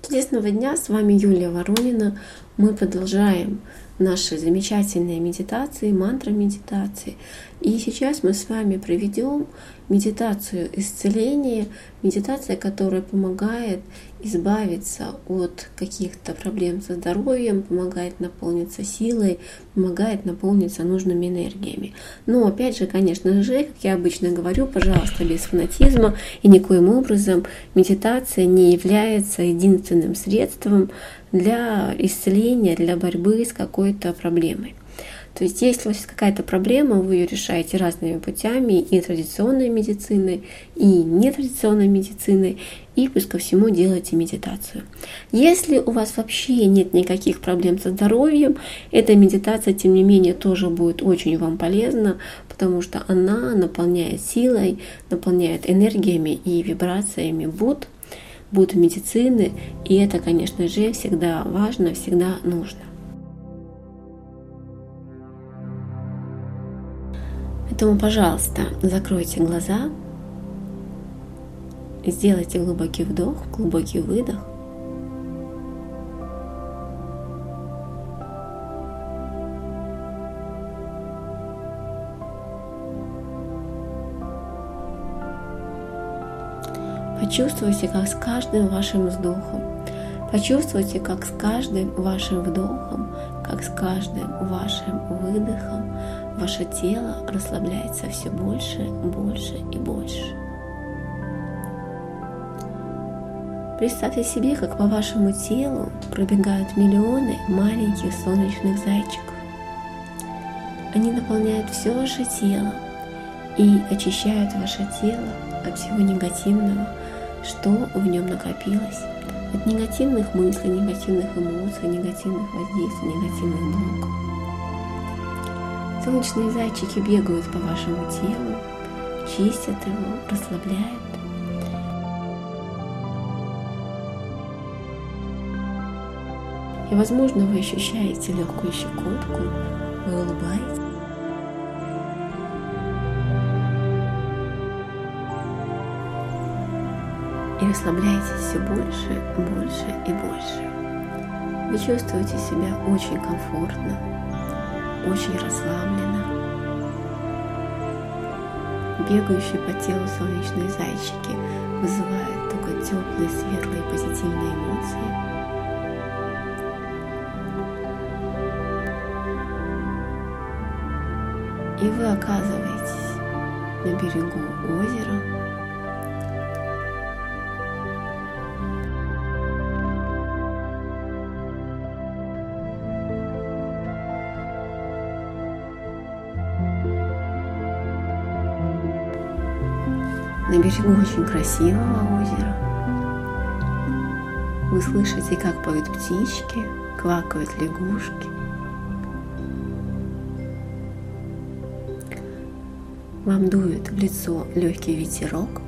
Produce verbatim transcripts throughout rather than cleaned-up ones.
Чудесного дня, с вами Юлия Воронина. Мы продолжаем наши замечательные медитации, мантра-медитации. И сейчас мы с вами проведем медитацию исцеления, медитация, которая помогает избавиться от каких-то проблем со здоровьем, помогает наполниться силой, помогает наполниться нужными энергиями. Но опять же, конечно же, как я обычно говорю, пожалуйста, без фанатизма, и никоим образом медитация не является единственным средством для исцеления, для борьбы с какой-то проблемой. То есть, если у вас есть какая-то проблема, вы ее решаете разными путями, и традиционной медициной, и нетрадиционной медициной, и плюс ко всему делаете медитацию. Если у вас вообще нет никаких проблем со здоровьем, эта медитация, тем не менее, тоже будет очень вам полезна, потому что она наполняет силой, наполняет энергиями и вибрациями Будд, Будд медицины, и это, конечно же, всегда важно, всегда нужно. Поэтому, пожалуйста, закройте глаза, сделайте глубокий вдох, глубокий выдох. Почувствуйте, как с каждым вашим вздохом, почувствуйте, как с каждым вашим вдохом, как с каждым вашим выдохом ваше тело расслабляется все больше, больше и больше. Представьте себе, как по вашему телу пробегают миллионы маленьких солнечных зайчиков. Они наполняют все ваше тело и очищают ваше тело от всего негативного, что в нем накопилось, от негативных мыслей, негативных эмоций, негативных воздействий, негативных блоков. Солнечные зайчики бегают по вашему телу, чистят его, расслабляют. И, возможно, вы ощущаете легкую щекотку, вы улыбаетесь. И расслабляетесь все больше, больше и больше. Вы чувствуете себя очень комфортно, очень расслабленно. Бегающие по телу солнечные зайчики вызывают только теплые, светлые, позитивные эмоции. И вы оказываетесь на берегу озера. На берегу очень красивого озера. Вы слышите, как поют птички, квакают лягушки. Вам дует в лицо легкий ветерок.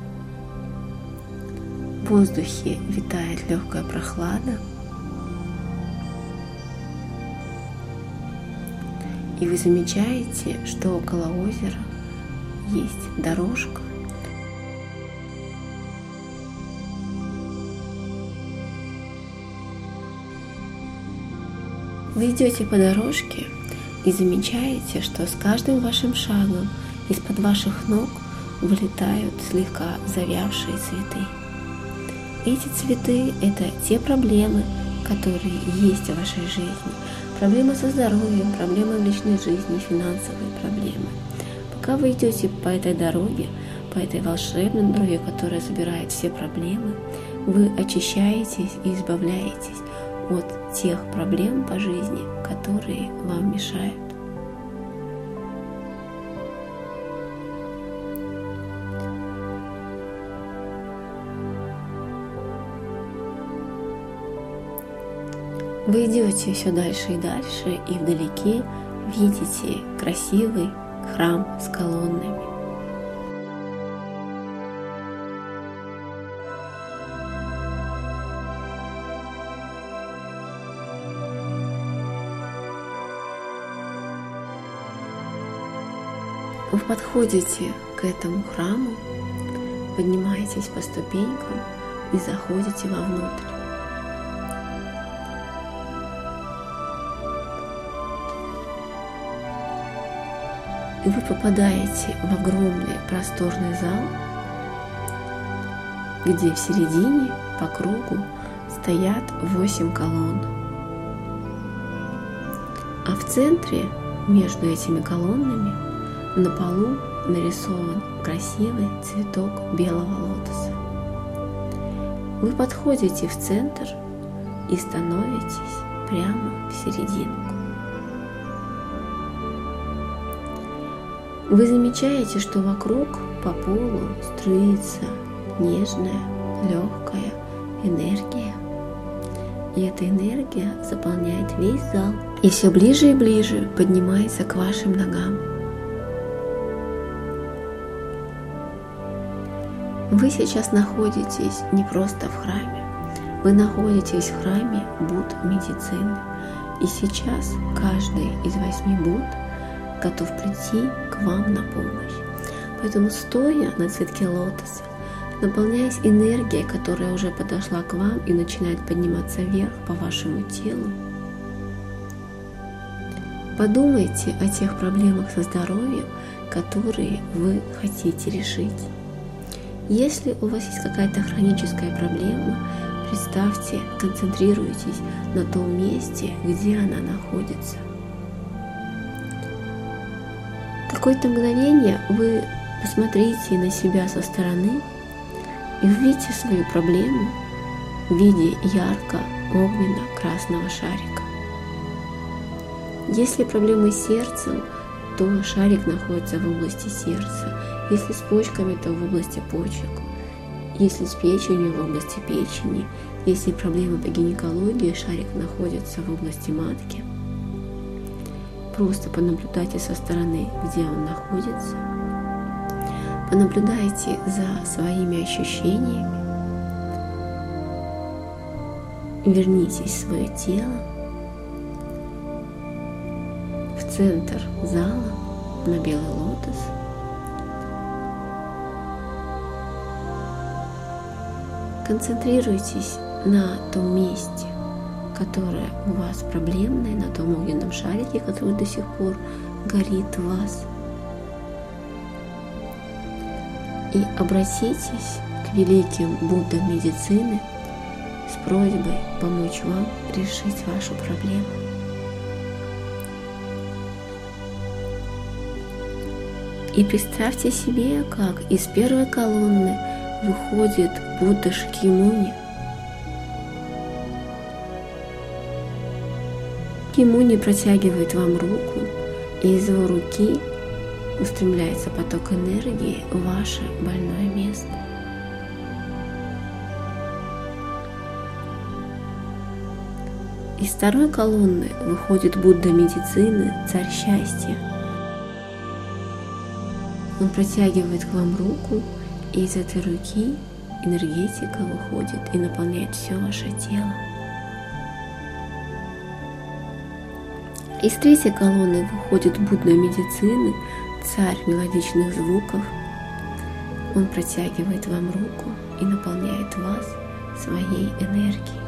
В воздухе витает легкая прохлада. И вы замечаете, что около озера есть дорожка. Вы идете по дорожке и замечаете, что с каждым вашим шагом из-под ваших ног вылетают слегка завявшие цветы. Эти цветы – это те проблемы, которые есть в вашей жизни. Проблемы со здоровьем, проблемы в личной жизни, финансовые проблемы. Пока вы идете по этой дороге, по этой волшебной дороге, которая забирает все проблемы, вы очищаетесь и избавляетесь от тех проблем по жизни, которые вам мешают. Вы идете все дальше и дальше, и вдалеке видите красивый храм с колоннами. Вы подходите к этому храму, поднимаетесь по ступенькам и заходите вовнутрь. И вы попадаете в огромный просторный зал, где в середине по кругу стоят восемь колонн. А в центре, между этими колоннами, на полу нарисован красивый цветок белого лотоса. Вы подходите в центр и становитесь прямо в серединку. Вы замечаете, что вокруг по полу струится нежная, легкая энергия. И эта энергия заполняет весь зал и все ближе и ближе поднимается к вашим ногам. Вы сейчас находитесь не просто в храме, вы находитесь в храме Будд медицины. И сейчас каждый из восьми Будд готов прийти к вам на помощь. Поэтому, стоя на цветке лотоса, наполняясь энергией, которая уже подошла к вам и начинает подниматься вверх по вашему телу, подумайте о тех проблемах со здоровьем, которые вы хотите решить. Если у вас есть какая-то хроническая проблема, представьте, концентрируйтесь на том месте, где она находится. Какое-то мгновение вы посмотрите на себя со стороны и увидите свою проблему в виде ярко-огненно-красного шарика. Если проблемы с сердцем, то шарик находится в области сердца. Если с почками, то в области почек. Если с печенью, в области печени. Если проблемы по гинекологии, шарик находится в области матки. Просто понаблюдайте со стороны, где он находится. Понаблюдайте за своими ощущениями. Вернитесь в свое тело, в центр зала, на белый лотос. Концентрируйтесь на том месте, которое у вас проблемное, на том огненном шарике, который до сих пор горит в вас. И обратитесь к великим Буддам медицины с просьбой помочь вам решить вашу проблему. И представьте себе, как из первой колонны выходит Будда Шакьямуни. Шакьямуни протягивает вам руку, и из его руки устремляется поток энергии в ваше больное место. Из второй колонны выходит Будда медицины, царь счастья. Он протягивает к вам руку, и из этой руки энергетика выходит и наполняет все ваше тело. Из третьей колонны выходит Будда медицины, царь мелодичных звуков. Он протягивает вам руку и наполняет вас своей энергией.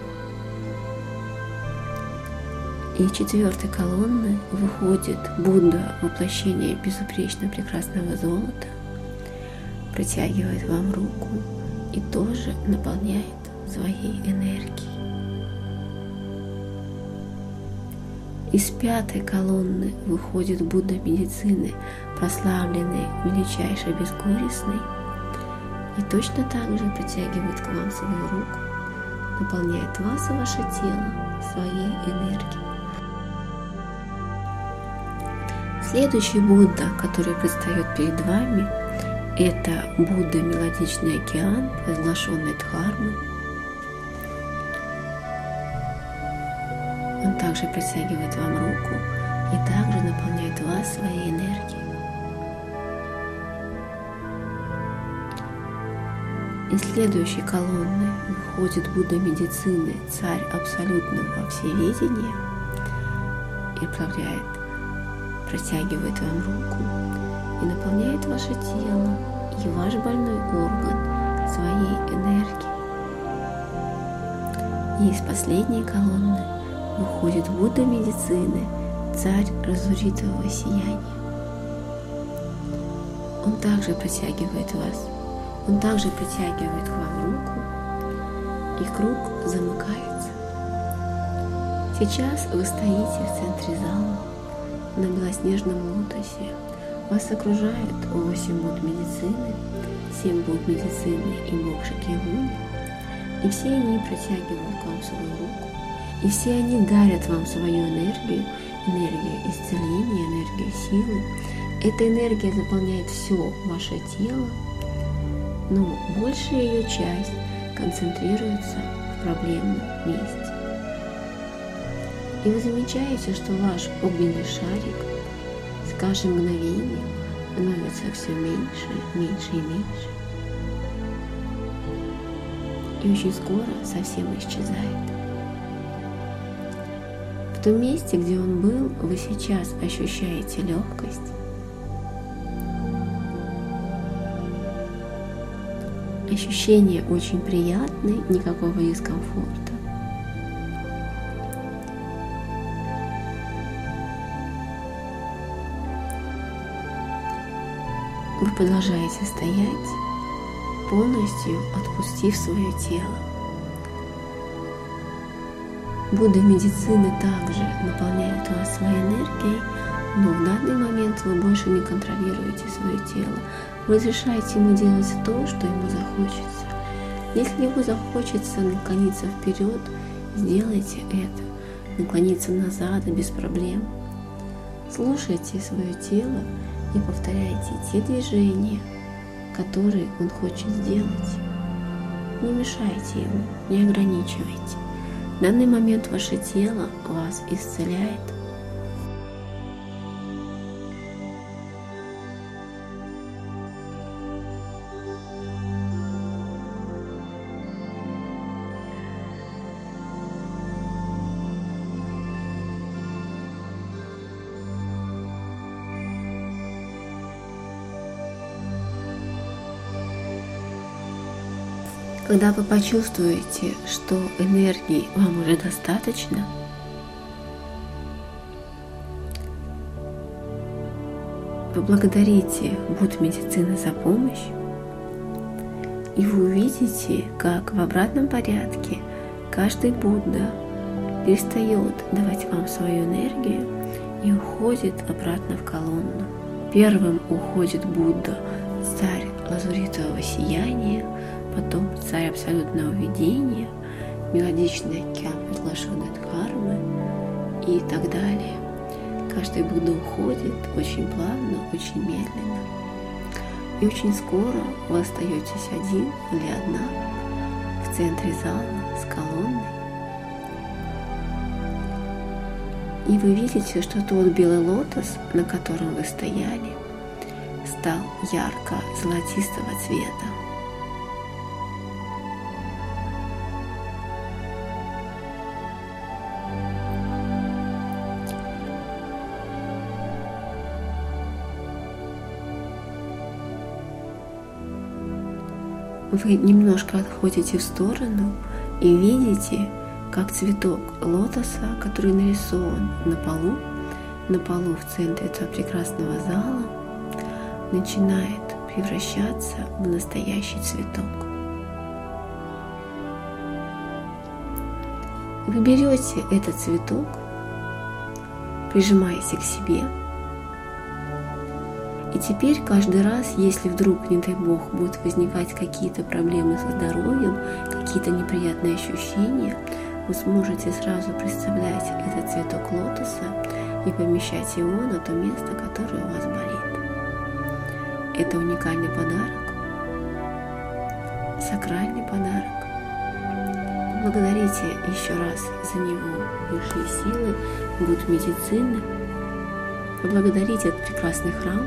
И из четвертой колонны выходит Будда, воплощение безупречно прекрасного золота, протягивает вам руку и тоже наполняет своей энергией. Из пятой колонны выходит Будда медицины, прославленный, величайший, бескорыстный, и точно так же протягивает к вам свою руку, наполняет вас и ваше тело своей энергией. Следующий Будда, который предстает перед вами, это Будда Мелодичный океан, возглашенный Дхармой. Он также протягивает вам руку и также наполняет вас своей энергией. Из следующей колонны выходит Будда медицины, царь абсолютного всеведения, и управляет, протягивает вам руку и наполняет ваше тело и ваш больной орган своей энергией. И из последней колонны выходит Будда медицины, царь разуритового сияния. Он также протягивает вас. Он также протягивает к вам руку, и круг замыкается. Сейчас вы стоите в центре зала на белоснежном лотосе. Вас окружает восемь Будд медицины, семь Будд медицины и Бог Шакьямуни. И все они протягивают к вам свою руку. И все они дарят вам свою энергию, энергию исцеления, энергию силы. Эта энергия заполняет все ваше тело, но большая ее часть концентрируется в проблемном месте. И вы замечаете, что ваш огненный шарик с каждым мгновением становится все меньше, меньше и меньше. И очень скоро совсем исчезает. В том месте, где он был, вы сейчас ощущаете легкость. Ощущения очень приятные, никакого дискомфорта. Вы продолжаете стоять, полностью отпустив свое тело. Будда медицины также наполняет вас своей энергией, но в данный момент вы больше не контролируете свое тело. Вы разрешаете ему делать то, что ему захочется. Если ему захочется наклониться вперед, сделайте это. Наклониться назад без проблем. Слушайте свое тело и повторяйте те движения, которые он хочет сделать. Не мешайте ему, не ограничивайте. В данный момент ваше тело вас исцеляет. Когда вы почувствуете, что энергии вам уже достаточно, поблагодарите Будд медицины за помощь, и вы увидите, как в обратном порядке каждый Будда перестает давать вам свою энергию и уходит обратно в колонну. Первым уходит Будда, царь лазуритового сияния, потом царь абсолютного видения, мелодичный океан приглашенной дхармы и так далее. Каждый Будда уходит очень плавно, очень медленно. И очень скоро вы остаетесь один или одна в центре зала с колонной. И вы видите, что тот белый лотос, на котором вы стояли, стал ярко-золотистого цвета. Вы немножко отходите в сторону и видите, как цветок лотоса, который нарисован на полу, на полу в центре этого прекрасного зала, начинает превращаться в настоящий цветок. Вы берете этот цветок, прижимаете к себе, и теперь каждый раз, если вдруг, не дай бог, будут возникать какие-то проблемы со здоровьем, какие-то неприятные ощущения, вы сможете сразу представлять этот цветок лотоса и помещать его на то место, которое у вас болит. Это уникальный подарок, сакральный подарок. Благодарите еще раз за него высшие силы, Будд медицины. Поблагодарите этот прекрасный храм.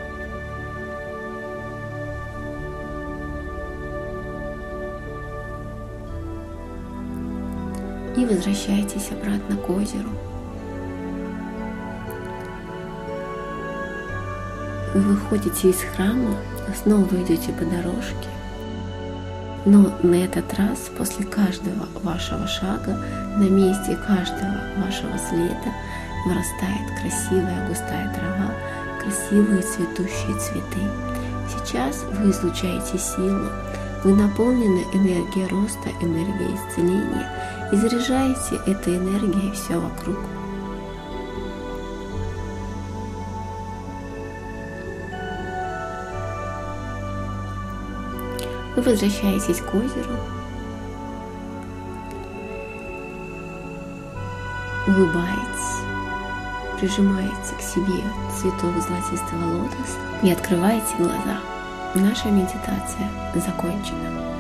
И возвращайтесь обратно к озеру. Вы выходите из храма, снова идете по дорожке, но на этот раз после каждого вашего шага на месте каждого вашего следа вырастает красивая густая трава, красивые цветущие цветы. Сейчас вы излучаете силу, вы наполнены энергией роста, энергией исцеления и заряжаете этой энергией все вокруг. Вы возвращаетесь к озеру, улыбаетесь, прижимаете к себе цветок золотистого лотоса и открываете глаза. Наша медитация закончена.